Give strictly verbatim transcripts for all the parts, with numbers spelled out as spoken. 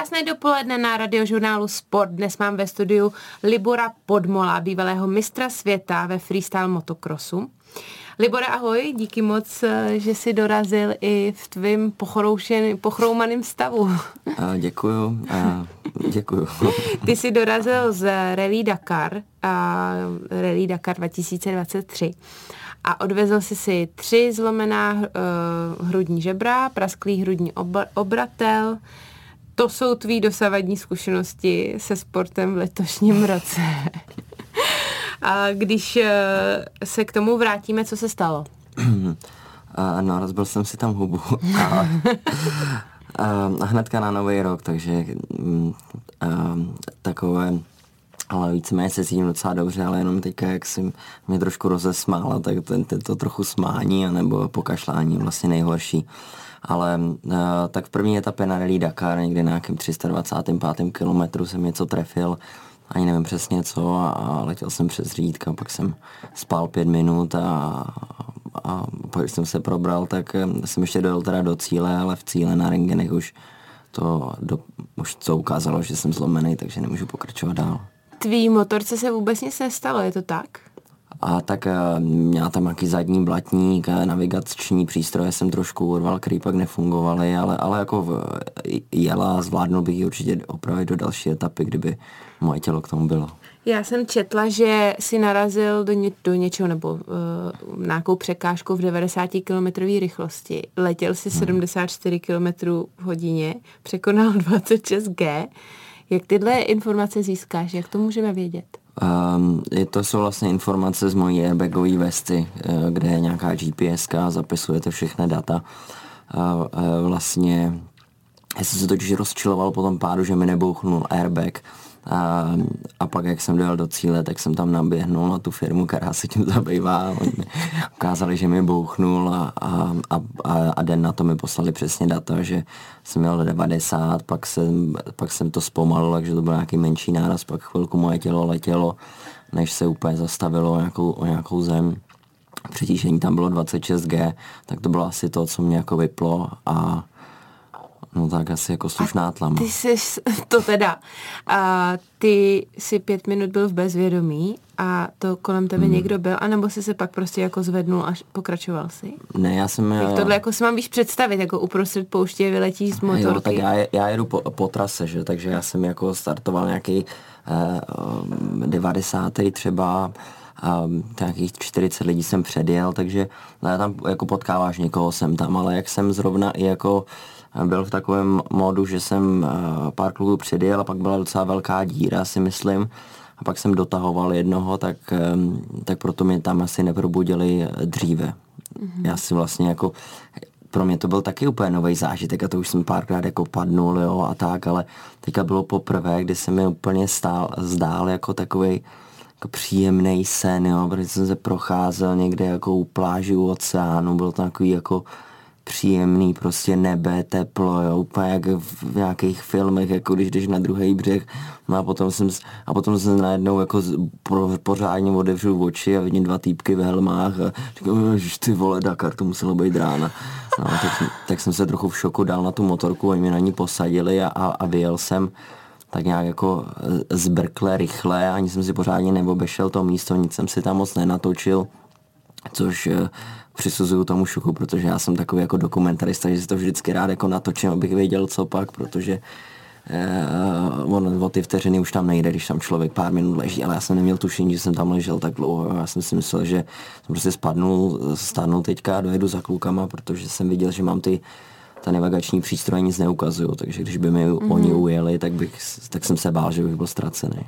Krásné dopoledne na radiožurnálu Sport. Dnes mám ve studiu Libora Podmola, bývalého mistra světa ve freestyle motocrossu. Libore, ahoj, díky moc, že jsi dorazil i v tvým pochroumaném stavu. A děkuju, a děkuju. Ty jsi dorazil z Rally Dakar, a Rally Dakar dva tisíce dvacet tři a odvezl jsi si tři zlomená uh, hrudní žebra, prasklý hrudní ob- obratel. To jsou tvý dosavadní zkušenosti se sportem v letošním roce. A když se k tomu vrátíme, co se stalo? Uh, no, rozbil jsem si tam hubu. A, uh, hnedka na nový rok, takže um, uh, takové, ale víceméně se cítím docela dobře, ale jenom teďka, jak jsem mě trošku rozesmála, tak ten, ten to trochu smání, anebo pokašlání vlastně nejhorší. Ale uh, tak v první etapě na Rally Dakar, někdy na nějakém tři sta dvacátém pátém kilometru jsem něco trefil, ani nevím přesně co, a letěl jsem přes řídka, pak jsem spal pět minut a, a pak jsem se probral, tak jsem ještě dojel teda do cíle, ale v cíle na rentgenech už to do, už to ukázalo, že jsem zlomený, takže nemůžu pokračovat dál. Tvý motorce se vůbec nic nestalo, je to tak? A tak měla tam nějaký zadní blatník, navigační přístroje jsem trošku urval, který pak nefungovaly, ale, ale jako jela, zvládnul bych ji určitě opravit do další etapy, kdyby moje tělo k tomu bylo. Já jsem četla, že si narazil do, ně, do něčeho nebo uh, nějakou překážku v devadesátikilometrové rychlosti. Letěl si hmm. sedmdesát čtyři kilometrů v hodině, překonal dvacet šest gé. Jak tyhle informace získáš? Jak to můžeme vědět? Um, je to jsou vlastně informace z mojí airbagové vesty, kde je nějaká G P S ka, zapisujete všechny data. Uh, uh, vlastně já jsem se totiž rozčiloval po tom pádu, že mi nebouchnul airbag. A, a pak, jak jsem dojel do cíle, tak jsem tam naběhnul na tu firmu, která se tím zabývá. Oni mi ukázali, že mi bouchnul a, a, a, a den na to mi poslali přesně data, že jsem měl devadesát, pak jsem, pak jsem to zpomalil, takže to byl nějaký menší náraz, pak chvilku moje tělo letělo, než se úplně zastavilo o nějakou, o nějakou zem. Přetížení tam bylo dvacet šest gé, tak to bylo asi to, co mě jako vyplo a no tak asi jako slušná tlama. Ty jsi, to teda, a ty jsi pět minut byl v bezvědomí a to kolem tebe hmm. někdo byl, anebo jsi se pak prostě jako zvednul a pokračoval si? Ne, já jsem... Jak tohle jako si mám víš představit, jako uprostřed pouště vyletí z motorky? Jo, tak já, já jedu po, po trase, že, takže já jsem jako startoval nějaký eh, devadesátý třeba, a nějakých čtyřicet lidí jsem předjel, takže já tam jako potkáváš někoho sem tam, ale jak jsem zrovna i jako byl v takovém módu, že jsem pár kluků předjel a pak byla docela velká díra, si myslím, a pak jsem dotahoval jednoho, tak, tak proto mě tam asi neprobudili dříve. Mm-hmm. Já si vlastně jako, pro mě to byl taky úplně nový zážitek a to už jsem párkrát jako padnul, jo, a tak, ale teďka bylo poprvé, kdy se mi úplně stál, zdál jako takovej jako příjemný sen, jo, protože jsem se procházel někde jako u pláži, u oceánu, bylo to takový jako příjemný prostě nebe, teplo, jo, úplně jak v nějakých filmech, jako když jdeš na druhý břeh, no a potom jsem, a potom jsem najednou jako pro, pořádně otevřel oči a vidím dva týpky v helmách a říkám, ježiš, ty vole, Dakar, to muselo být rána. No, tak, tak jsem se trochu v šoku dal na tu motorku, oni mě na ní posadili a, a, a vyjel jsem tak nějak jako zbrkle, rychle, ani jsem si pořádně neobešel to místo, nic jsem si tam moc nenatočil, což přisuzuju tomu šoku, protože já jsem takový jako dokumentarista, že si to vždycky rád jako natočím, abych věděl, co pak, protože eh, on o ty vteřiny už tam nejde, když tam člověk pár minut leží, ale já jsem neměl tušení, že jsem tam ležel tak dlouho. Já jsem si myslel, že jsem prostě spadnul, stanu teďka a dojedu za klukama, protože jsem viděl, že mám ty ta navigační přístroje nic neukazují, takže když by mi mm-hmm. oni ujeli, tak, bych, tak jsem se bál, že bych byl ztracený.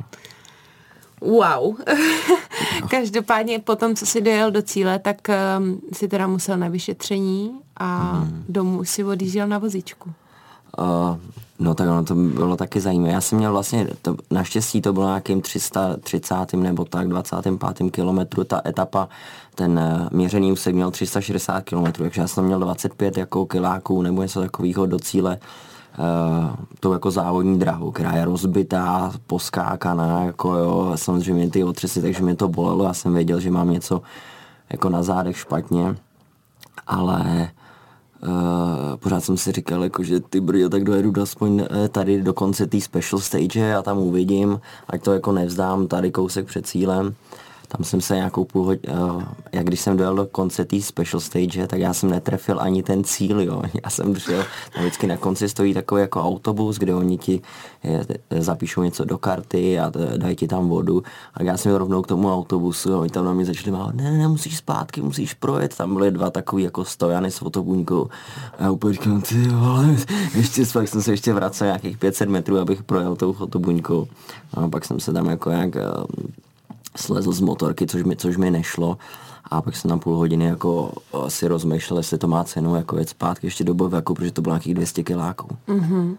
Wow. Každopádně po tom, co jsi dojel do cíle, tak um, si teda musel na vyšetření a mm. domů si odjížděl na vozíčku. Uh, no tak ono to bylo taky zajímavé. Já jsem měl vlastně, to, naštěstí to bylo nějakým tři sta třicátým nebo tak dvacátým pátým kilometru, ta etapa, ten uh, měřený úsek měl tři sta šedesát kilometrů, takže já jsem měl dvacet pět jako kiláků nebo něco takového do cíle. Uh, tou jako závodní dráhu, která je rozbitá, poskákaná, jako jo, samozřejmě ty otřesy, takže mě to bolelo, já jsem věděl, že mám něco jako na zádech špatně, ale Uh, pořád jsem si říkal, jako, že ty brďo, tak dojedu aspoň tady do konce té special stage a tam uvidím, ať to jako nevzdám tady kousek před cílem. Tam jsem se nějakou půl hodinu, uh, jak když jsem dojel do konce té special stage, tak já jsem netrefil ani ten cíl, jo. Já jsem šel, tam vždycky na konci stojí takový jako autobus, kde oni ti je, zapíšou něco do karty a dají ti tam vodu. A já jsem jel rovnou k tomu autobusu a oni tam na mě začali mávat, ne, ne, musíš zpátky, musíš projet. Tam byly dva takový jako stojany s fotobuňkou. A já úplně říkám, ty vole, ještě pak jsem se ještě vracel nějakých pět set metrů, abych projel tou fotobuňkou. A pak jsem se tam jako jak slezl z motorky, což mi, což mi nešlo. A pak jsem na půl hodiny jako si rozmýšlel, jestli to má cenu jako jet zpátky ještě do Bověku, protože to bylo nějakých dvě stě kiláků. Mm-hmm.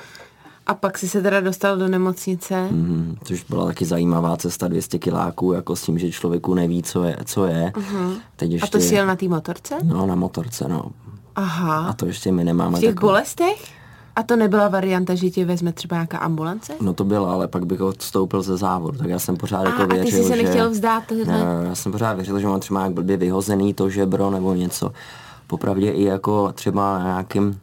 A pak si se teda dostal do nemocnice? Mm-hmm. Což byla taky zajímavá cesta, dvě stě kiláků, jako s tím, že člověku neví, co je. Co je. Mm-hmm. Teď ještě, a to jsi jel na té motorce? No, na motorce, no. Aha. A to ještě my nemáme. V těch takovou... bolestech? A to nebyla varianta, že ti vezme třeba nějaká ambulance? No to byla, ale pak bych odstoupil ze závodu, tak já jsem pořád a, jako věřil, že... A ty jsi se že... nechtěl vzdát tohle? Ne, já jsem pořád věřil, že mám třeba jak blbě vyhozený to žebro nebo něco. Popravdě i jako třeba nějakým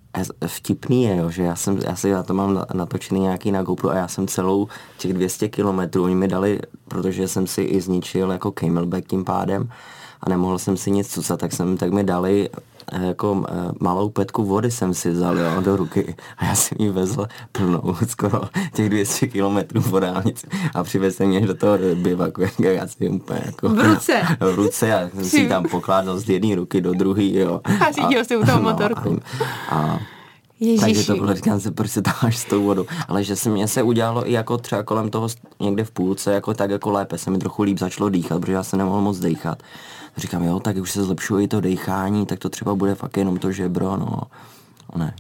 vtipný je, jo, že já jsem, já si já to mám natočený nějaký na GoPro a já jsem celou těch dvě stě kilometrů, oni mi dali, protože jsem si i zničil jako camelback tím pádem a nemohl jsem si nic cucat, tak jsem, tak mi dali jako malou petku vody jsem si vzal, jo, do ruky a já jsem jí vezl plnou skoro těch dvě stě kilometrů po dálnici a přivez jsem mě do toho bivaku, já si úplně jako... V ruce? V ruce a jsem si ji tam pokládal z jedné ruky do druhé, jo. A řídil si u toho motorku. No, a, a Ježiši. Takže to bylo, říkám se, proč se taháš s tou vodou. Ale že se mě se udělalo i jako třeba kolem toho někde v půlce, jako tak jako lépe, se mi trochu líp začalo dýchat, protože já se nemohl moc dejchat. Říkám, jo, tak už se zlepšuje i to dejchání, tak to třeba bude fakt jenom to žebro, no. Ne.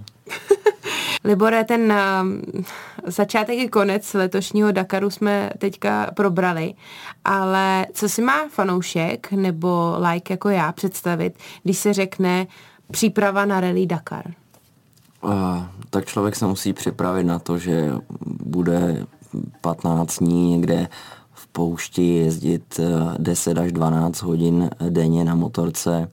Libore, ten uh, začátek i konec letošního Dakaru jsme teďka probrali, ale co si má fanoušek nebo like jako já představit, když se řekne příprava na Rally Dakar? Uh, tak člověk se musí připravit na to, že bude patnáct dní někde v poušti jezdit deset až dvanáct hodin denně na motorce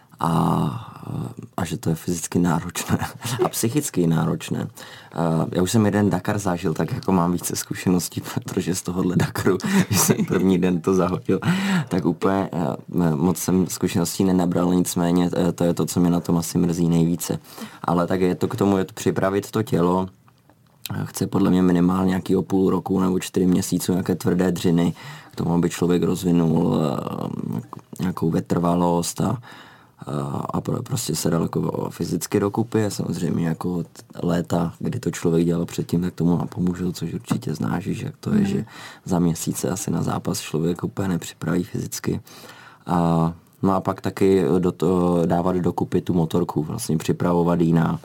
a, a že to je fyzicky náročné a psychicky náročné. Já už jsem jeden Dakar zažil, tak jako mám více zkušeností, protože z tohohle Dakaru, když jsem první den to zahodil, tak úplně moc jsem zkušeností nenabral, nicméně to je to, co mě na tom asi mrzí nejvíce. Ale tak je to k tomu, je to připravit to tělo, chce podle mě minimálně nějakýho půl roku nebo čtyři měsíců nějaké tvrdé dřiny, k tomu, aby člověk rozvinul nějakou vytrvalost a, a prostě se dal jako fyzicky dokupy. Samozřejmě jako léta, kdy to člověk dělal předtím, tak tomu napomůžu, což určitě znáš, že jak to je, mm. že za měsíce asi na zápas člověk úplně nepřipraví fyzicky. A, no a pak taky do toho dávat dokupy tu motorku, vlastně připravovat ji na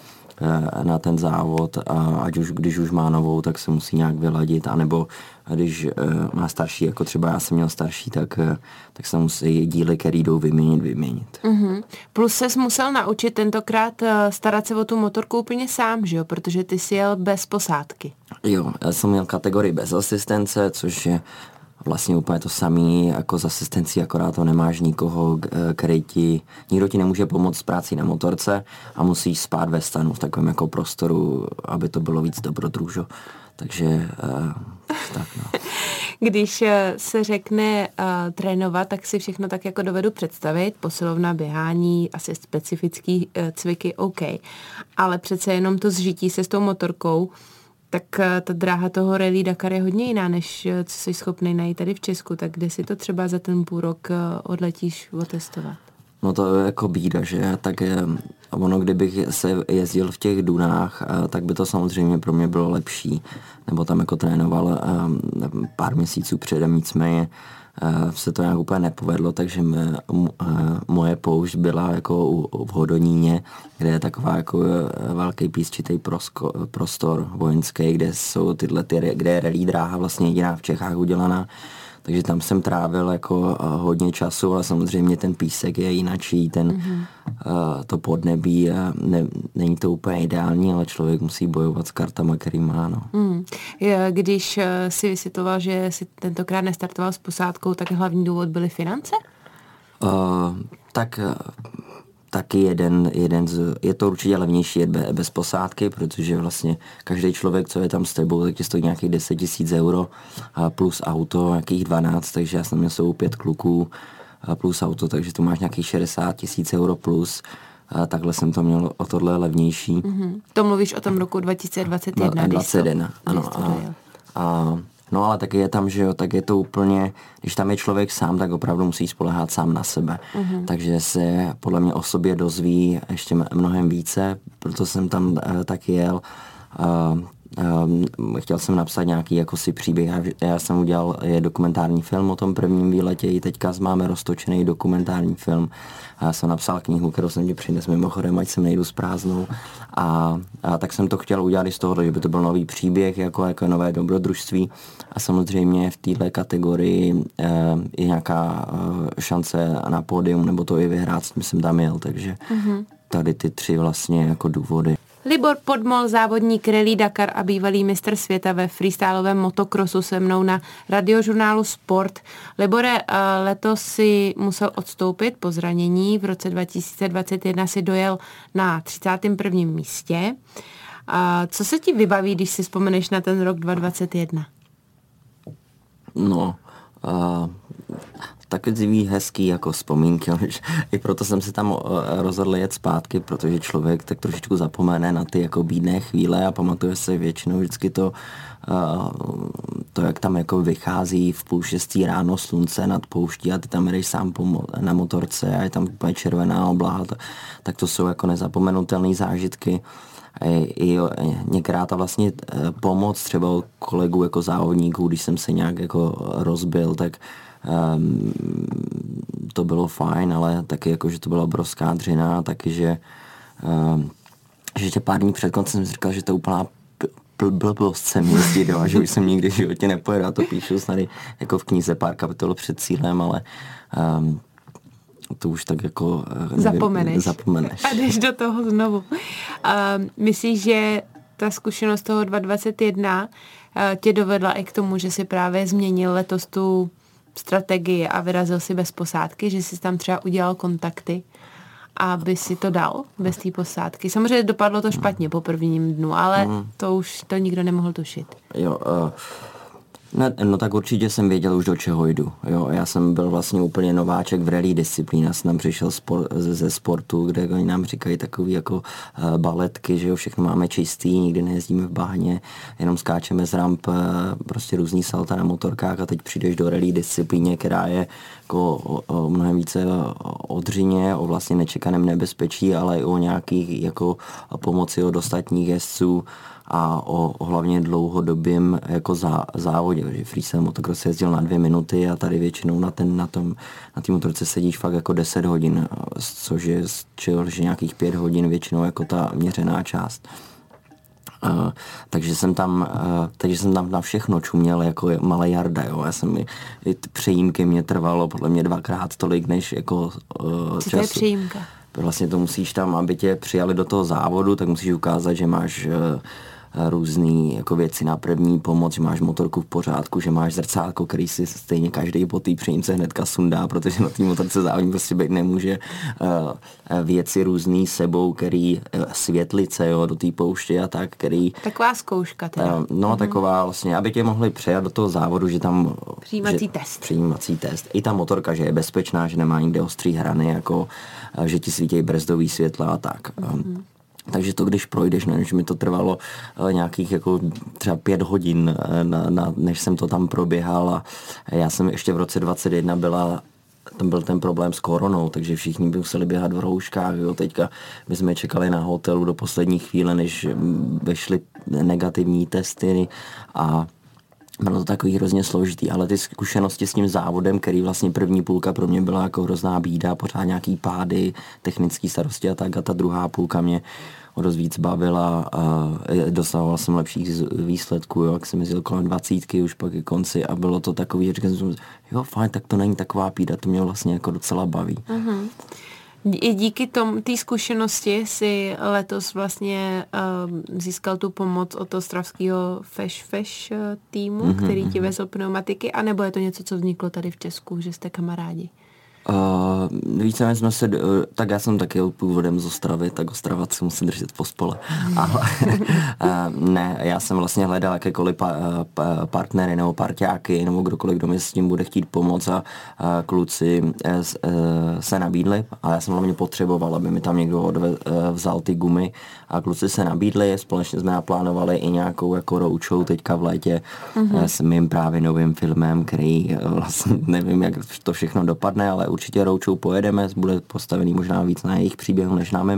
na ten závod a ať už, když už má novou, tak se musí nějak vyladit, anebo když má starší, jako třeba já jsem měl starší, tak, tak se musí díly, které jdou vyměnit, vyměnit. Mm-hmm. Plus ses musel naučit tentokrát starat se o tu motorku úplně sám, že jo? Protože ty jsi jel bez posádky. Jo, já jsem měl kategorii bez asistence, což je vlastně úplně to samé jako s asistencí, akorát to nemáš nikoho, který ti, nikdo ti nemůže pomoct s práci na motorce a musíš spát ve stanu v takovém jako prostoru, aby to bylo víc dobrodružo. Takže uh, tak no. Když se řekne uh, trénovat, tak si všechno tak jako dovedu představit. Posilovna, běhání, asi specifický uh, cviky, OK. Ale přece jenom to zžití se s tou motorkou, tak ta dráha toho Rally Dakar je hodně jiná, než co jsi schopný najít tady v Česku. Tak kde si to třeba za ten půl rok odletíš otestovat? No to je jako bída, že? Tak je, ono, kdybych se jezdil v těch dunách, tak by to samozřejmě pro mě bylo lepší. Nebo tam jako trénoval pár měsíců předem, nicméně se to nějak úplně nepovedlo, takže m, m, moje poušť byla jako u, v Hodoníně, kde je taková jako velký písčitý prosko, prostor vojenský, kde jsou tyhle, ty, kde je rally dráha vlastně jediná v Čechách udělaná. Takže tam jsem trávil jako hodně času, ale samozřejmě ten písek je jinačí, ten, mm-hmm. uh, to podnebí, a ne, není to úplně ideální, ale člověk musí bojovat s kartama, který má. No. Mm. Když uh, si vysvětloval, že si tentokrát nestartoval s posádkou, tak hlavní důvod byly finance? Uh, tak... Uh, taky jeden, jeden z, je to určitě levnější jet bez posádky, protože vlastně každý člověk, co je tam s tebou, tak ti stojí nějakých deset tisíc euro plus auto, nějakých dvanáct, takže já jsem měl svou pět kluků plus auto, takže tu máš nějakých šedesát tisíc euro plus. A takhle jsem to měl o tohle levnější. Mm-hmm. To mluvíš o tom roku dva tisíce dvacet jedna. No, dvacet jedna, to, ano. A, a, no ale taky je tam, že jo, tak je to úplně, když tam je člověk sám, tak opravdu musí spoléhat sám na sebe. Mm-hmm. Takže se podle mě o sobě dozví ještě mnohem více, proto jsem tam uh, taky jel. Uh, Uh, chtěl jsem napsat nějaký jako si příběh. Já, já jsem udělal je dokumentární film o tom prvním výletě, i teďka máme roztočený dokumentární film. A já jsem napsal knihu, kterou jsem ti přinesl mimochodem, ať jsem nejdu s prázdnou. A, a tak jsem to chtěl udělat i z toho, že by to byl nový příběh, jako, jako nové dobrodružství. A samozřejmě v této kategorii uh, je nějaká uh, šance na pódium, nebo to i vyhrát, s tím jsem tam jel, takže mm-hmm. tady ty tři vlastně jako důvody. Libor Podmol, závodník Rallye Dakar a bývalý mistr světa ve freestylovém motokrosu se mnou na radiožurnálu Sport. Libore, letos si musel odstoupit po zranění. V roce dva tisíce dvacet jedna si dojel na třicátém prvním místě. Co se ti vybaví, když si vzpomeneš na ten rok dva tisíce dvacet jedna? No, uh... takový hezký jako vzpomínky. I proto jsem se tam rozhodl jet zpátky, protože člověk tak trošičku zapomene na ty jako bídné chvíle a pamatuje se většinou vždycky to, to jak tam jako vychází v půl šestý ráno slunce nad pouští a ty tam jdeš sám na motorce a je tam úplně červená oblaha, tak to jsou jako nezapomenutelné zážitky. I některá ta vlastně pomoc třeba od kolegů jako závodníků, když jsem se nějak jako rozbil, tak Um, to bylo fajn, ale taky jako, že to byla obrovská dřina, taky, že um, že tě pár dní před koncem jsem říkal, že to je úplná blbost sem jezdit, a že už jsem nikdy v životě nepojedu, a to píšu snad jako v knize pár kapitol před cílem, ale um, to už tak jako nevím, zapomeneš. zapomeneš. A jdeš do toho znovu. Uh, myslíš, že ta zkušenost toho dva tisíce dvacet jedna uh, tě dovedla i k tomu, že si právě změnil letos tu strategii a vyrazil si bez posádky, že jsi tam třeba udělal kontakty, aby si to dal bez té posádky. Samozřejmě dopadlo to špatně po prvním dnu, ale mm. to už to nikdo nemohl tušit. Jo, uh, ne, no tak určitě jsem věděl už, do čeho jdu. Jo, já jsem byl vlastně úplně nováček v rally disciplíně. Já jsem tam přišel spor, ze, ze sportu, kde oni nám říkají takový jako uh, baletky, že jo, všechno máme čistý, nikdy nejezdíme v bahně, jenom skáčeme z ramp, uh, prostě různý salta na motorkách a teď přijdeš do rally disciplíně, která je jako o, o mnohem více o dřině, o vlastně nečekaném nebezpečí, ale i o nějakých jako pomoci od ostatních jezdců a o, o hlavně dlouhodobým jako zá, závodě, protože freestyle motocross jezdil na dvě minuty a tady většinou na ten na tom na té motorce sedíš fakt jako deset hodin, což je že nějakých pět hodin většinou jako ta měřená část. Uh, takže jsem tam uh, takže jsem tam na všechno čuměl jako malý jarda, jo. Já jsem i, i přejímky mě trvalo podle mě dvakrát tolik, než jako uh, Co to je přejímka? Vlastně to musíš tam, aby tě přijali do toho závodu, tak musíš ukázat, že máš uh, různý jako věci na první pomoc, že máš motorku v pořádku, že máš zrcátko, který si stejně každý po té přejímce hnedka sundá, protože na té motorce závodní prostě být nemůže. Uh, věci různý sebou, který uh, světlice, jo, do té pouště a tak, který... Taková zkouška teda. Uh, no, mm-hmm. taková vlastně, aby tě mohli přejat do toho závodu, že tam... Přijímací že, test. Přijímací test. I ta motorka, že je bezpečná, že nemá nikde ostrý hrany, jako, uh, že ti svítějí brzdový světla a tak. Mm-hmm. Um, Takže to, když projdeš, no, že mi to trvalo uh, nějakých jako třeba pět hodin, uh, na, na, než jsem to tam proběhal a já jsem ještě v roce dvacet jedna byla, tam byl ten problém s koronou, takže všichni by museli běhat v rouškách, jo, teďka my jsme čekali na hotelu do poslední chvíle, než vešly negativní testy a bylo to takový hrozně složitý, ale ty zkušenosti s tím závodem, který vlastně první půlka pro mě byla jako hrozná bída, pořád nějaký pády, technické starosti a tak, a ta druhá půlka mě o dost víc bavila a dosahoval jsem lepších výsledků, jo, jak jsem jezdil kolem dvacítky už pak ke konci a bylo to takový, že říkám, jo fajn, tak to není taková bída, to mě vlastně jako docela baví. Uh-huh. I díky tomu, té zkušenosti si letos vlastně uh, získal tu pomoc od ostravského Feš Feš týmu, mm-hmm, který ti vezl pneumatiky, anebo je to něco, co vzniklo tady v Česku, že jste kamarádi? Uh, víceméně jsme se, uh, tak já jsem taky původem z Ostravy, tak Ostravac se musím držet po spole. Ale uh, ne, já jsem vlastně hledal jakékoliv pa, pa, partnery nebo parťáky, nebo kdokoliv, kdo mi s tím bude chtít pomoct a uh, kluci uh, uh, se nabídli, ale já jsem hlavně potřeboval, aby mi tam někdo odve, uh, vzal ty gumy a kluci se nabídli, společně jsme naplánovali i nějakou jako roadshow teďka v létě mm-hmm. uh, s mým právě novým filmem, který uh, vlastně nevím, jak to všechno dopadne, ale určitě roadshow pojedeme, bude postavený možná víc na jejich příběhu než na mým.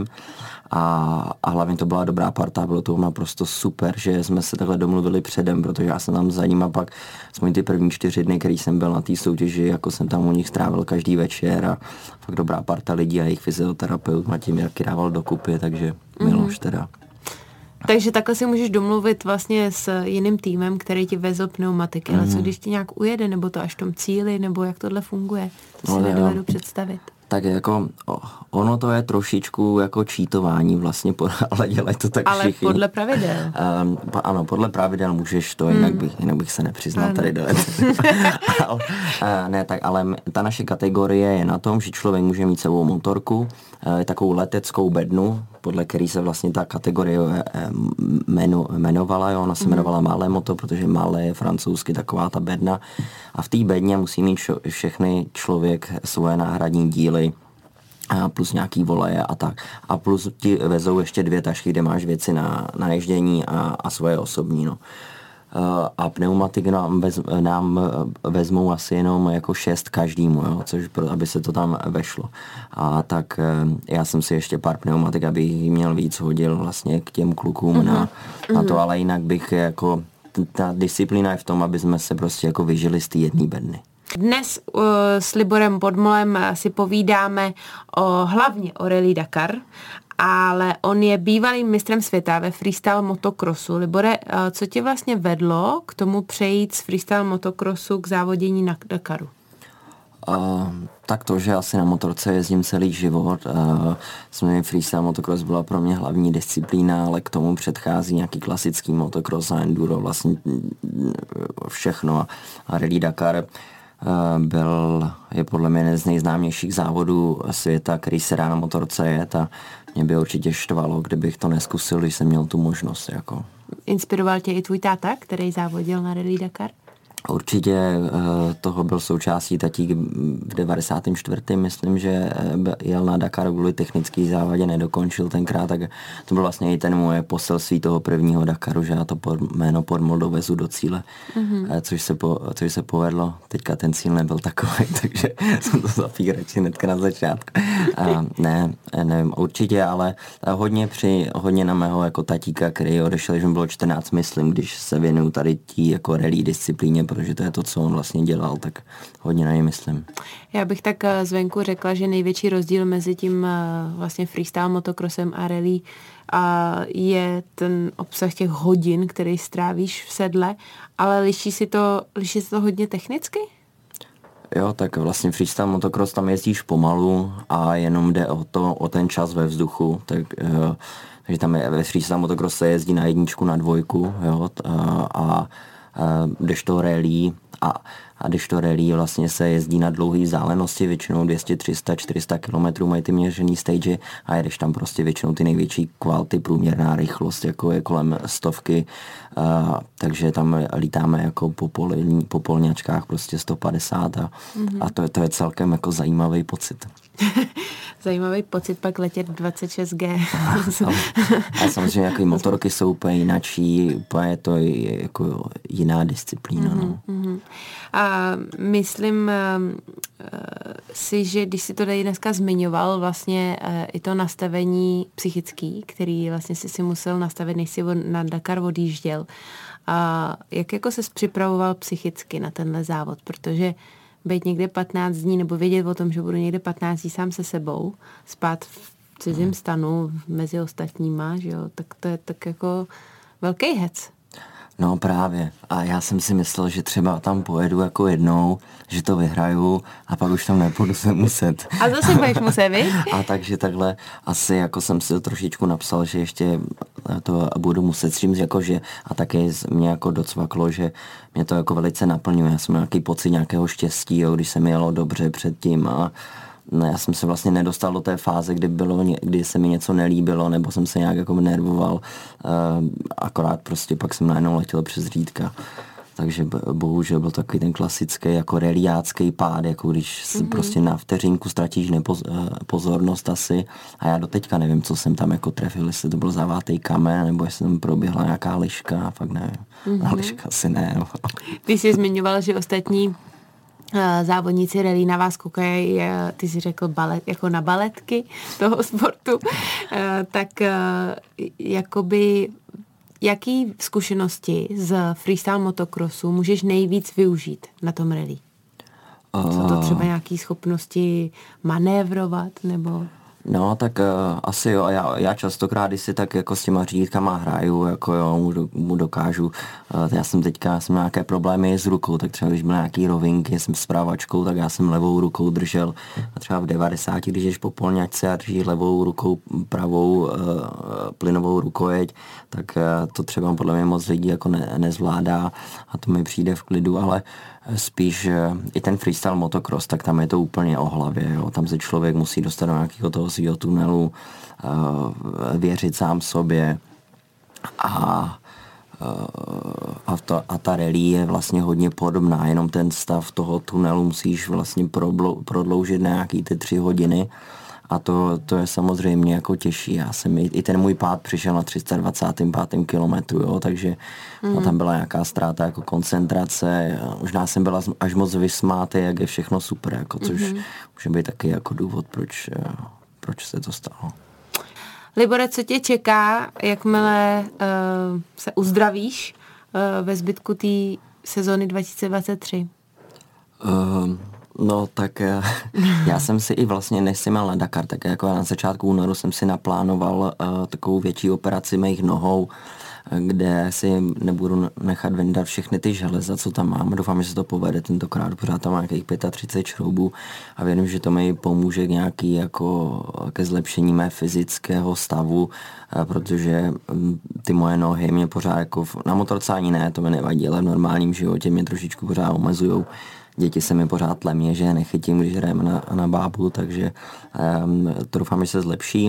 A, a hlavně to byla dobrá parta, bylo to naprosto super, že jsme se takhle domluvili předem, protože já jsem tam za ním a pak jsme ty první čtyři dny, který jsem byl na té soutěži, jako jsem tam u nich strávil každý večer a fakt dobrá parta lidí a jejich fyzioterapeut Matěj Jarky dával dokupy, takže mm-hmm. Miloš teda. Takže takhle si můžeš domluvit vlastně s jiným týmem, který ti vezl pneumatiky, mm. ale co když ti nějak ujede, nebo to až v tom cíli, nebo jak tohle funguje, to si no, nedovedu představit. Tak jako ono to je trošičku jako čítování vlastně, ale dělají to tak ale všichni. Ale podle pravidel. Um, ano, podle pravidel můžeš to, jinak, hmm. bych, jinak bych se nepřiznal ano. tady do ale, uh, Ne, tak ale ta naše kategorie je na tom, že člověk může mít sebou motorku, uh, takovou leteckou bednu, podle který se vlastně ta kategorie uh, menu, jmenovala, jo, ona se jmenovala hmm. Malé moto, protože malé je francouzsky taková ta bedna a v té bedně musí mít čo, všechny člověk svoje náhradní díly a plus nějaký voleje a tak. A plus ti vezou ještě dvě tašky, kde máš věci na, na ježdění a, a svoje osobní. No. A pneumatik nám, vez, nám vezmou asi jenom jako šest každému, jo, což pro, aby se to tam vešlo. A tak já jsem si ještě pár pneumatik, abych měl víc, hodil vlastně k těm klukům mm-hmm. na, na to, ale jinak bych jako, ta disciplína je v tom, aby jsme se prostě jako vyžili z té jedné bedny. Dnes uh, s Liborem Podmolem si povídáme o, hlavně o Rallye Dakar, ale on je bývalým mistrem světa ve freestyle motocrossu. Libore, uh, co tě vlastně vedlo k tomu přejít z freestyle motocrossu k závodění na Dakaru? Uh, tak to, že asi na motorce jezdím celý život. Uh, samozřejmě freestyle motocross byla pro mě hlavní disciplína, ale k tomu předchází nějaký klasický motocross a enduro, vlastně všechno. A Rallye Dakar byl, je podle mě jeden z nejznámějších závodů světa, který se dá na motorce jet a mě by určitě štvalo, kdybych to neskusil, když jsem měl tu možnost. Jako. Inspiroval tě i tvůj táta, který závodil na Rallye Dakar? Určitě toho byl součástí, tatík v devadesátém čtvrtém myslím, že jel na Dakar kvůli technický závadě, nedokončil tenkrát, tak to byl vlastně i ten moje poselství toho prvního Dakaru, že já to pod, jméno Podmol dovezu do cíle, mm-hmm. což, se po, což se povedlo. Teďka ten cíl nebyl takový, takže jsem to zapík radši hnedka na začátku. A ne, nevím, určitě, ale hodně při, hodně na mého jako tatíka, který odešel, že mu bylo čtrnáct, myslím, když se věnuju tady tí jako rally disciplíně, protože to je to, co on vlastně dělal, tak hodně na něj myslím. Já bych tak zvenku řekla, že největší rozdíl mezi tím vlastně freestyle motocrossem a rally je ten obsah těch hodin, který strávíš v sedle, ale liší si to, liší se to hodně technicky? Jo, tak vlastně freestyle motocross, tam jezdíš pomalu a jenom jde o to, o ten čas ve vzduchu, tak takže tam je, ve freestyle motocross se jezdí na jedničku, na dvojku, jo, a, a když to rally a, a když to rally vlastně se jezdí na dlouhé vzdálenosti, většinou dvě stě, tři sta, čtyři sta kilometrů mají ty měřený stage a jedeš tam prostě většinou ty největší kvality, průměrná rychlost, jako je kolem stovky, a, takže tam lítáme jako po, polní, po polňačkách prostě sto padesát a, mm-hmm. a to, to je celkem jako zajímavý pocit. Zajímavý pocit pak letět dvacet šest gé. A samozřejmě jako motorky jsou úplně jinačí, úplně to je jako jiná disciplína. Mm-hmm, no. mm-hmm. A myslím uh, si, že když si to tady dneska zmiňoval, vlastně uh, i to nastavení psychický, který vlastně si si musel nastavit, než si na Dakar odjížděl. A jak jako ses připravoval psychicky na tenhle závod, protože být někde patnáct dní, nebo vědět o tom, že budu někde patnáct dní sám se sebou, spát v cizím stanu mezi ostatníma, že jo, tak to je tak jako velký hec. No právě. A já jsem si myslel, že třeba tam pojedu jako jednou, že to vyhraju a pak už tam nepůjdu se muset. A zase budeš muset, víš? A takže takhle asi jako jsem si to trošičku napsal, že ještě to budu muset s tím, jako že a taky mě jako docvaklo, že mě to jako velice naplňuje. Já jsem měl nějaký pocit nějakého štěstí, jo, když se mi jelo dobře předtím a no, já jsem se vlastně nedostal do té fáze, kdy, bylo, kdy se mi něco nelíbilo, nebo jsem se nějak jako nervoval, uh, akorát prostě pak jsem najednou letěl přes řídka. Takže bohužel byl takový ten klasický jako reliácký pád, jako když mm-hmm. prostě na vteřinku ztratíš nepozornost asi a já doteďka nevím, co jsem tam jako trefil, jestli to byl zavátej kamen, nebo jestli tam proběhla nějaká liška, fakt nevím. Mm-hmm. Liška asi ne. Ty jsi zmiňoval, že ostatní závodníci rally na vás koukají, ty jsi řekl balet, jako na baletky toho sportu, tak jakoby jaký zkušenosti z freestyle motocrossu můžeš nejvíc využít na tom rally? Jsou to třeba nějaké schopnosti manévrovat nebo... No, tak uh, asi jo, já, já častokrát, když si tak jako s těma řídkama hraju, jako jo, mu, do, mu dokážu, uh, já jsem teďka, já jsem měl nějaké problémy s rukou, tak třeba když byly nějaký rovinky, jsem s právačkou, tak já jsem levou rukou držel a třeba v devadesáti, když jdeš po polňačce a držíš levou rukou pravou uh, plynovou rukojeť, tak uh, to třeba podle mě moc lidí jako ne, nezvládá a to mi přijde v klidu, ale spíš i ten freestyle motocross, tak tam je to úplně o hlavě, jo. Tam se člověk musí dostat do nějakého toho svého tunelu, uh, věřit sám sobě a, uh, a, to, a ta rally je vlastně hodně podobná, jenom ten stav toho tunelu musíš vlastně prodloužit na nějaký ty tři hodiny a to, to je samozřejmě jako těžší. Já jsem i, i ten můj pád přišel na tři sta dvacátém pátém kilometru, jo, takže mm. no, tam byla nějaká ztráta jako koncentrace, možná jsem byla až moc vysmátý, jak je všechno super, jako, což mm-hmm. může být taky jako důvod, proč, proč se to stalo. Libore, co tě čeká, jakmile uh, se uzdravíš uh, ve zbytku té sezóny dva tisíce dvacet tři? Uh, No tak já jsem si i vlastně, než jsem měl na Dakar, tak jako na začátku únoru jsem si naplánoval uh, takovou větší operaci mých nohou, kde si nebudu nechat vyndat všechny ty železa, co tam mám. Doufám, že se to povede tentokrát, pořád tam má nějakých třicet pět šroubů a věřím, že to mi pomůže k nějaký jako ke zlepšení mé fyzického stavu, protože ty moje nohy mě pořád jako, na motorce ani ne, to mi nevadí, ale v normálním životě mě trošičku pořád omezujou. Děti se mi pořád lemí, že je nechytím, když hrajeme na, na bábu, takže um, to doufám, že se zlepší.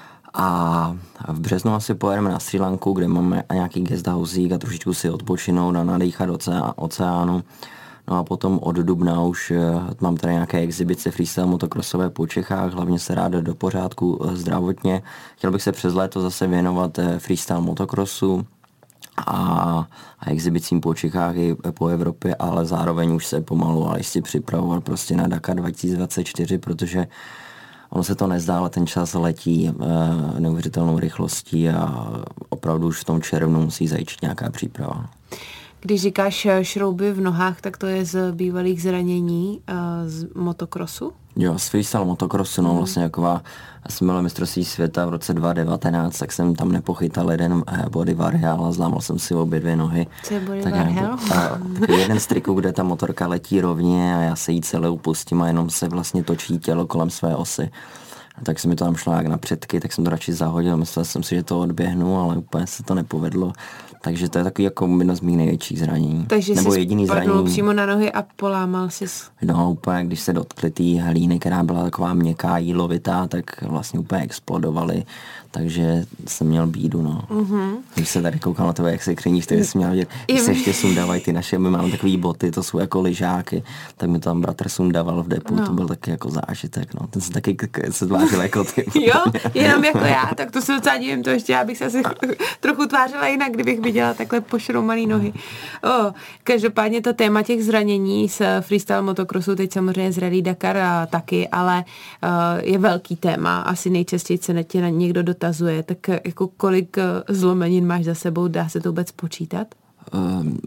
A v březnu asi pojedeme na Srí Lanku, kde máme nějaký guest housík a trošičku si odpočinout a nadýchat oceánu. No a potom od dubna už mám tady nějaké exibice freestyle motocrossové po Čechách, hlavně se rád do pořádku zdravotně. Chtěl bych se přes léto zase věnovat freestyle motocrossu a, a exibicím po Čechách i po Evropě, ale zároveň už se pomalu ale jistě připravovat prostě na Dakar dva tisíce dvacet čtyři, protože ono se to nezdá, ale ten čas letí e, neuvěřitelnou rychlostí a opravdu už v tom červnu musí začít nějaká příprava. Když říkáš šrouby v nohách, tak to je z bývalých zranění e, z motokrosu? Jo, z freestyle motokrosu, no, mm. vlastně taková, já jsem byl mistrovství světa v roce dva tisíce devatenáct, tak jsem tam nepochytal jeden body variál a zlámal jsem si obě dvě nohy. Co je body tak variál? Takový jeden z triků, kde ta motorka letí rovně a já se jí celou pustím a jenom se vlastně točí tělo kolem své osy. Tak se mi to tam šlo jak na předky, tak jsem to radši zahodil, myslel jsem si, že to odběhnu, ale úplně se to nepovedlo. Takže to je takový jako jedno z mých největších zranění. Takže nebo jsi jediný zranění. přímo na nohy a polámal jsi. No úplně, když se dotkli té hlíny, která byla taková měkká, jílovitá, tak vlastně úplně explodovaly. Takže jsem měl bídu, no. Mm-hmm. Když se tady koukal na tebe, jak se křeníš, tak jsem měl vidět, když se ještě sundávají ty naše, my máme takový boty, to jsou jako lyžáky, tak mi to tam bratr sundával v depu, no. To byl taky jako zážitek, no. Ten se taky se tvářil jako ty. Jo, jenom jako já, tak to se docela divím, to ještě já bych se asi trochu tvářila jinak, kdybych viděla takhle pošroumaný nohy. O, každopádně to téma těch zranění z freestyle motocrossu, teď samozřejmě z Rally Dakar a taky, ale uh, je velký téma, asi nejčastěji se na tě na někdo dotazuje, tak jako kolik zlomenin máš za sebou, dá se to vůbec počítat? Um,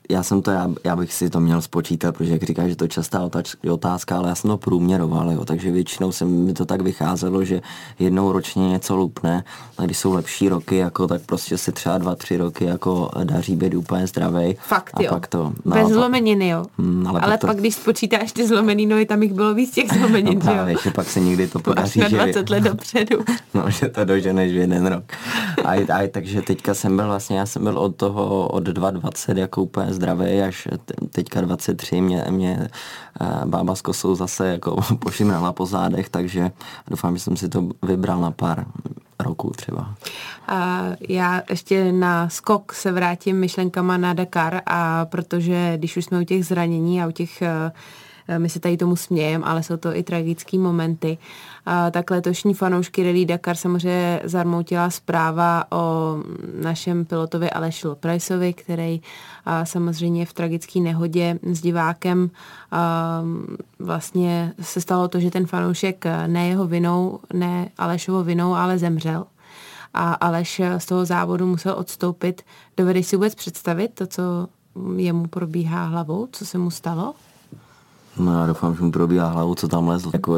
já jsem to, já, já bych si to měl spočítat, protože jak říkáš, že to je častá otázka, ale já jsem to průměroval, jo, takže většinou se mi to tak vycházelo, že jednou ročně něco lupne, a když jsou lepší roky, jako, tak prostě si třeba dva, tři roky jako daří být úplně zdravej. Fakt a jo, pak to, no, bez zlomeniny, jo. Hmm, ale ale pak, to, pak když spočítáš ty zlomený nohy, tam jich bylo víc těch zlomenin, no, právě, že pak se někdy to podaří, až na dvacet že, let dopředu. No, že to doženeš v jeden rok. A, a, takže teďka jsem byl vlastně, já jsem byl od toho, od dva dvacet jako úplně zdravý, až teďka dvacet tři mě, mě bába s kosou zase jako pošimrala po zádech, takže doufám, že jsem si to vybral na pár roků třeba. A já ještě na skok se vrátím myšlenkama na Dakar, a protože když už jsme u těch zranění a u těch, my se tady tomu smějeme, ale jsou to i tragické momenty, a tak letošní fanoušky Rally Dakar samozřejmě zarmoutila zpráva o našem pilotovi Aleši Loprajsovi, který a samozřejmě v tragické nehodě s divákem a vlastně se stalo to, že ten fanoušek ne jeho vinou, ne Alešovo vinou, ale zemřel. A Aleš z toho závodu musel odstoupit. Dovedeš si vůbec představit to, co jemu probíhá hlavou, co se mu stalo? No já doufám, že mu probíhá hlavou, co tam lezl. Jako,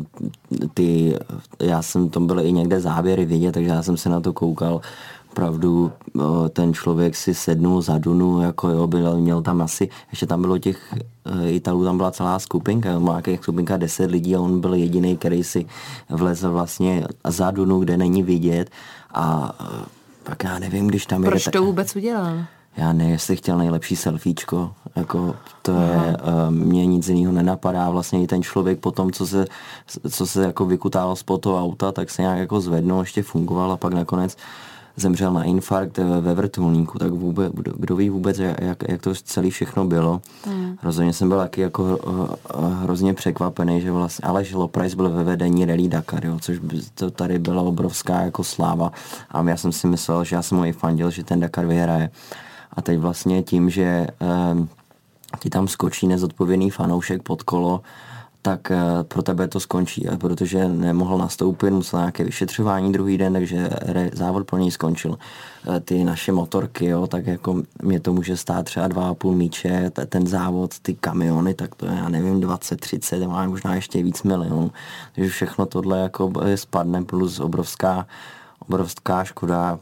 ty, já jsem tam byl i někde záběry vidět, takže já jsem se na to koukal. Opravdu ten člověk si sednul za dunu, jako jo, byl, měl tam asi, ještě tam bylo těch Italů, tam byla celá skupinka, má nějakých skupinka deset lidí a on byl jediný, který si vlezl vlastně za dunu, kde není vidět, a pak já nevím, když tam... Proč jde, to vůbec udělal? Já ne, jestli chtěl nejlepší selfiečko, jako to je, uh, mě nic jiného nenapadá, vlastně i ten člověk potom, co se, co se jako vykutával z toho auta, tak se nějak jako zvednul, ještě fungoval a pak nakonec zemřel na infarkt ve vrtulníku, tak vůbec, kdo ví vůbec, jak, jak to celé všechno bylo. Hmm. Rozhodně jsem byl taky jako uh, hrozně překvapený, že vlastně Aleš Loprajs byl ve vedení Rally Dakar, jo, což by, to tady byla obrovská jako sláva, a já jsem si myslel, že já jsem mu i fandil, že ten Dakar vyhraje. A teď vlastně tím, že uh, ti tam skočí nezodpovědný fanoušek pod kolo, tak pro tebe to skončí, protože nemohl nastoupit, musel nějaké vyšetřování druhý den, takže závod pro něj skončil. Ty naše motorky, jo, tak jako mě to může stát třeba dva a půl míče, ten závod, ty kamiony, tak to je, já nevím, dvacet, třicet, možná ještě víc milionů. Takže všechno tohle jako spadne, plus obrovská obrovská škoda,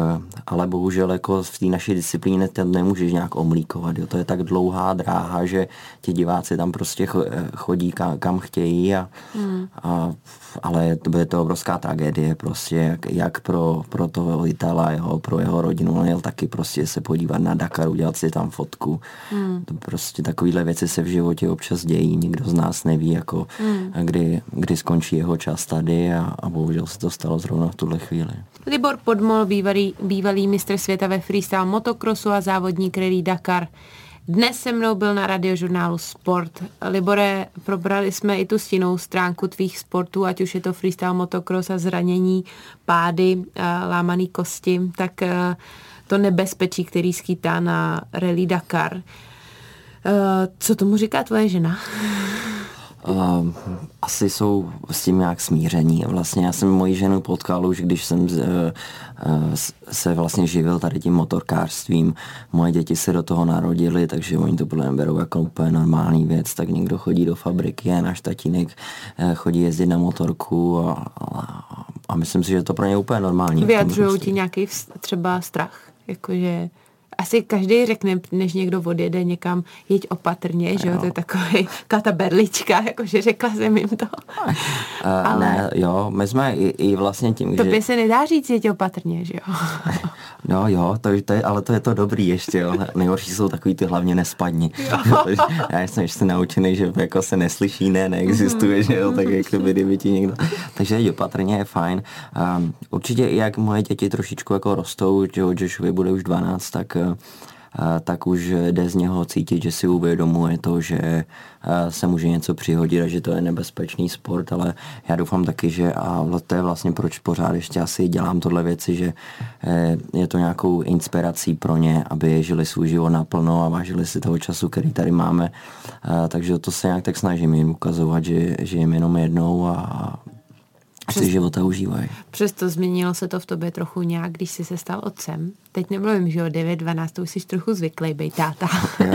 ale bohužel jako v té naší disciplíně ten nemůžeš nějak omlíkovat. Jo. To je tak dlouhá dráha, že ti diváci tam prostě chodí kam, kam chtějí, a, hmm. a, ale to bude to obrovská tragédie prostě, jak, jak pro, pro toho Itala, jo, pro jeho rodinu. On jel taky prostě se podívat na Dakar, udělat si tam fotku. Hmm. To prostě takovýhle věci se v životě občas dějí, nikdo z nás neví, jako, hmm. kdy, kdy skončí jeho čas tady, a, a bohužel se to stalo zrovna v tuhle chvíli. Libor Podmol, bývalý, bývalý mistr světa ve freestyle motokrosu a závodník Rally Dakar. Dnes se mnou byl na radiožurnálu Sport. Libore, probrali jsme i tu stinnou stránku tvých sportů, ať už je to freestyle motokros a zranění, pády, lámaný kosti, tak to nebezpečí, který skýtá na Rally Dakar. Co tomu říká tvoje žena? Uh, asi jsou s tím nějak smíření. Vlastně já jsem moji ženu potkal už, když jsem uh, uh, se vlastně živil tady tím motorkářstvím. Moje děti se do toho narodily, takže oni to podle mě berou jako úplně normální věc. Tak někdo chodí do fabriky a náš tatínek uh, chodí jezdit na motorku, a, a, a myslím si, že je to pro ně úplně normální. Vyjadřují ti nějaký třeba strach? Jakože... Asi každý řekne, než někdo odjede někam, jeď opatrně, že jo, to je takový, taková ta berlička, jakože řekla jsem jim to. Uh, Ale ne, jo, my jsme i, i vlastně tím, to že... by se nedá říct, jeď opatrně, že jo. No jo, to, to je, ale to je to dobrý ještě, jo. Nejhorší jsou takový ty hlavně nespadni. Já jsem ještě naučený, že jako se neslyší, ne, neexistuje, mm. že jo, tak jak kdyby ti někdo... Takže jeď opatrně, je fajn. Um, určitě i jak moje děti trošičku jako rostou, že Joshovi bude už dvanáct, tak tak už jde z něho cítit, že si uvědomuje to, že se může něco přihodit a že to je nebezpečný sport, ale já doufám taky, že a to je vlastně proč pořád ještě asi dělám tohle věci, že je to nějakou inspirací pro ně, aby žili svůj život naplno a vážili si toho času, který tady máme. Takže to se nějak tak snažím jim ukazovat, že žijem jenom jednou a Přes, života užívají. Přesto změnilo se to v tobě trochu nějak, když jsi se stal otcem. Teď nemluvím, že o devět dvanáct, to už jsi trochu zvyklý bejt táta.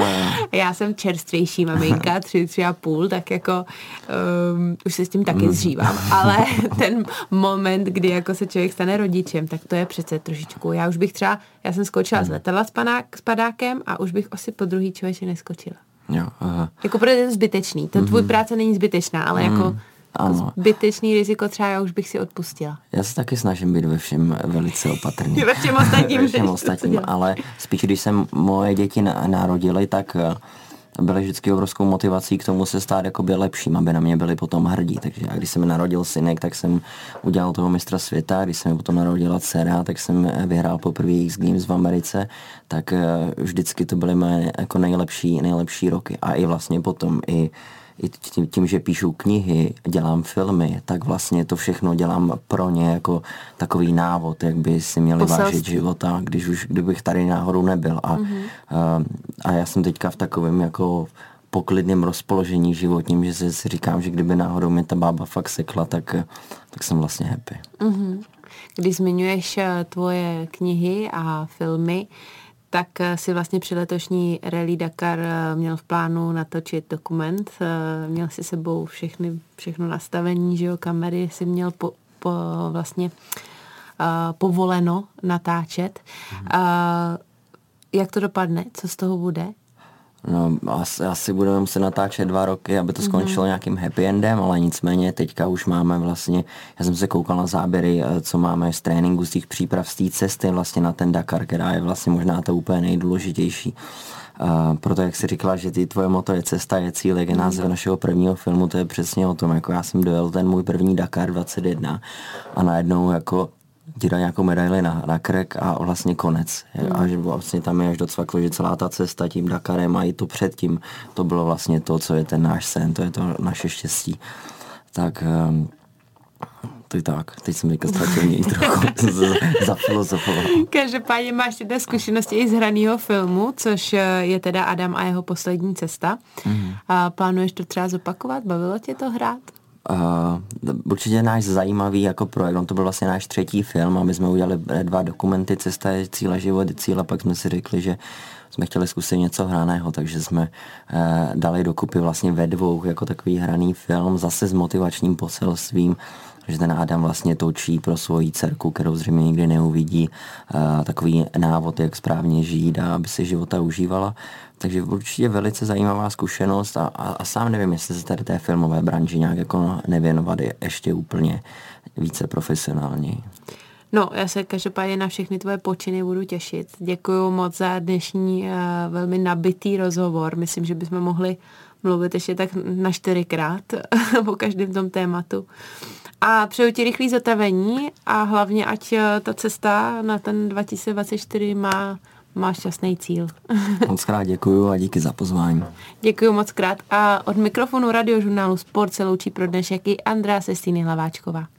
Já jsem čerstvější maminka, tři, tři a půl, tak jako um, už se s tím taky zžívám. Ale ten moment, kdy jako se člověk stane rodičem, tak to je přece trošičku. Já už bych třeba, já jsem skočila z letadla s, panák, s padákem a už bych asi po druhý člověče neskočila. Jo, aha. Jako protože je to zbytečný. To tvůj práce není zbytečná, ale mm. jako Ano. zbytečný riziko třeba já už bych si odpustila. Já se taky snažím být ve všem velice opatrný. Ve všem ostatním. ve všem ostatním, ale spíš když se moje děti narodily, tak byly vždycky obrovskou motivací k tomu se stát jakoby lepším, aby na mě byli potom hrdí. Takže já, když se mi narodil synek, tak jsem udělal toho mistra světa, když se mi potom narodila dcera, tak jsem vyhrál poprvé X Games v Americe, tak vždycky to byly moje jako nejlepší, nejlepší roky. A i vlastně potom i I tím, tím, že píšu knihy, dělám filmy, tak vlastně to všechno dělám pro ně jako takový návod, jak by si měli Poselství. vážit života, když už, kdybych tady náhodou nebyl. A, mm-hmm. a, a já jsem teďka v takovém jako poklidném rozpoložení životním, že si, si říkám, že kdyby náhodou mě ta bába fakt sekla, tak, tak jsem vlastně happy. Mm-hmm. Když zmiňuješ tvoje knihy a filmy, tak si vlastně při letošní Rally Dakar měl v plánu natočit dokument. Měl si sebou všechny, všechno nastavení, že jo, kamery si měl po, po, vlastně uh, povoleno natáčet. Uh, jak to dopadne? Co z toho bude? No, asi, asi budeme muset natáčet dva roky, aby to skončilo mm-hmm. nějakým happy endem, ale nicméně teďka už máme vlastně, já jsem se koukal na záběry, co máme z tréninku, z těch příprav, z té cesty vlastně na ten Dakar, která je vlastně možná to úplně nejdůležitější. Uh, proto, jak jsi říkala, že ty tvoje moto je cesta, je cíl, jak je název mm. našeho prvního filmu, to je přesně o tom, jako já jsem dojel ten můj první Dakar dvacet jedna a najednou jako ti dá nějakou medaili na, na krk a vlastně konec. Mm. A že vlastně tam je až docvaklo, že celá ta cesta tím Dakarem a i to předtím, to bylo vlastně to, co je ten náš sen, to je to naše štěstí. Tak um, to je tak, teď jsem teďka ztratil něj trochu zafilozofoval. Každopádně máš teda zkušenosti i z hraného filmu, což je teda Adam a jeho poslední cesta. Mm. A plánuješ to třeba zopakovat? Bavilo tě to hrát? Uh, určitě náš zajímavý jako projekt, on to byl vlastně náš třetí film a my jsme udělali dva dokumenty, Cesta je cíle, život je cíle, pak jsme si řekli, že jsme chtěli zkusit něco hraného, takže jsme uh, dali dokupy vlastně ve dvou jako takový hraný film, zase s motivačním poselstvím, že ten Adam vlastně točí pro svoji dcerku, kterou zřejmě nikdy neuvidí, uh, takový návod, jak správně žít a aby si života užívala. Takže určitě velice zajímavá zkušenost a, a, a sám nevím, jestli se tady té filmové branži nějak jako nevěnovat je ještě úplně více profesionálně. No, já se každopádně na všechny tvoje počiny budu těšit. Děkuju moc za dnešní uh, velmi nabitý rozhovor. Myslím, že bychom mohli mluvit ještě tak na čtyřikrát po každém tom tématu. A přeju ti rychlý zotavení a hlavně, ať ta cesta na ten dva tisíce dvacet čtyři má, má šťastný cíl. Moc krát děkuju a díky za pozvání. Děkuju moc krát a od mikrofonu radiožurnálu Sport se loučí pro dnešek i Andrea Sestýny Hlaváčková.